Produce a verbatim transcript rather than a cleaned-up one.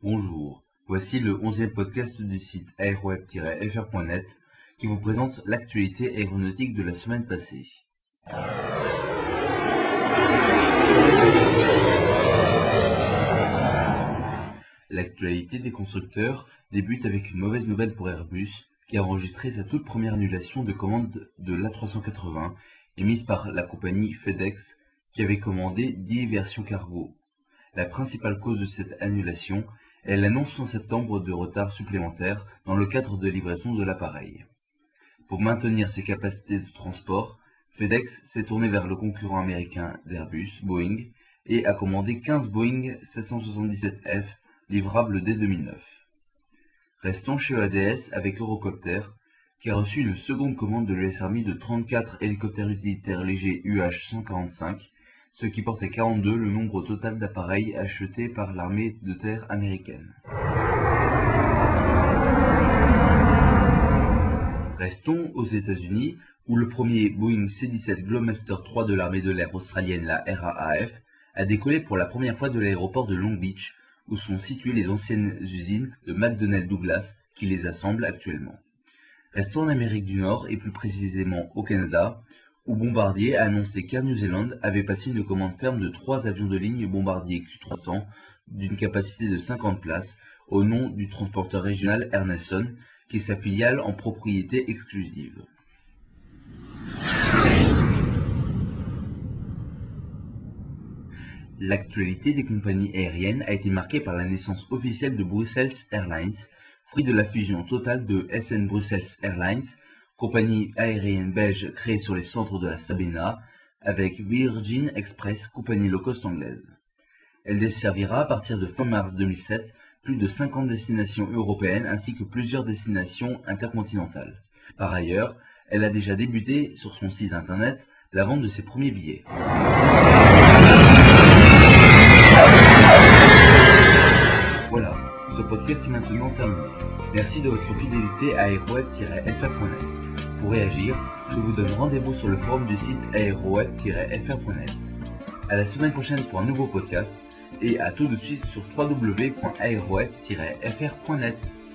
Bonjour, voici le onzième podcast du site aéroweb tiret f r point net qui vous présente l'actualité aéronautique de la semaine passée. L'actualité des constructeurs débute avec une mauvaise nouvelle pour Airbus qui a enregistré sa toute première annulation de commande de l'A trois cent quatre-vingts émise par la compagnie FedEx qui avait commandé dix versions cargo. La principale cause de cette annulation est l'annonce en septembre de retard supplémentaires dans le cadre de livraison de l'appareil. Pour maintenir ses capacités de transport, FedEx s'est tourné vers le concurrent américain d'Airbus, Boeing, et a commandé quinze Boeing sept cent soixante-dix-sept F livrables dès deux mille neuf. Restons chez E A D S avec Eurocopter, qui a reçu une seconde commande de l'U S Army de trente-quatre hélicoptères utilitaires légers U H cent quarante-cinq, ce qui porte à quarante-deux le nombre total d'appareils achetés par l'armée de terre américaine. Restons aux États-Unis, où le premier Boeing C dix-sept Globemaster trois de l'armée de l'air australienne, la R A A F, a décollé pour la première fois de l'aéroport de Long Beach, où sont situées les anciennes usines de McDonnell Douglas qui les assemblent actuellement. Restons en Amérique du Nord et plus précisément au Canada, où Bombardier a annoncé qu'Air New Zealand avait passé une commande ferme de trois avions de ligne Bombardier Q trois cents d'une capacité de cinquante places au nom du transporteur régional Air Nelson, qui est sa filiale en propriété exclusive. L'actualité des compagnies aériennes a été marquée par la naissance officielle de Brussels Airlines, fruit de la fusion totale de S N Brussels Airlines, compagnie aérienne belge créée sur les centres de la Sabena, avec Virgin Express, compagnie low-cost anglaise. Elle desservira à partir de fin mars deux mille sept plus de cinquante destinations européennes ainsi que plusieurs destinations intercontinentales. Par ailleurs, elle a déjà débuté sur son site internet la vente de ses premiers billets. Voilà, ce podcast est maintenant terminé. Merci de votre fidélité à aéroweb tiret f r point net. Pour réagir, je vous donne rendez-vous sur le forum du site aéroweb tiret f r point net. À la semaine prochaine pour un nouveau podcast et à tout de suite sur w w w point aéroweb tiret f r point net.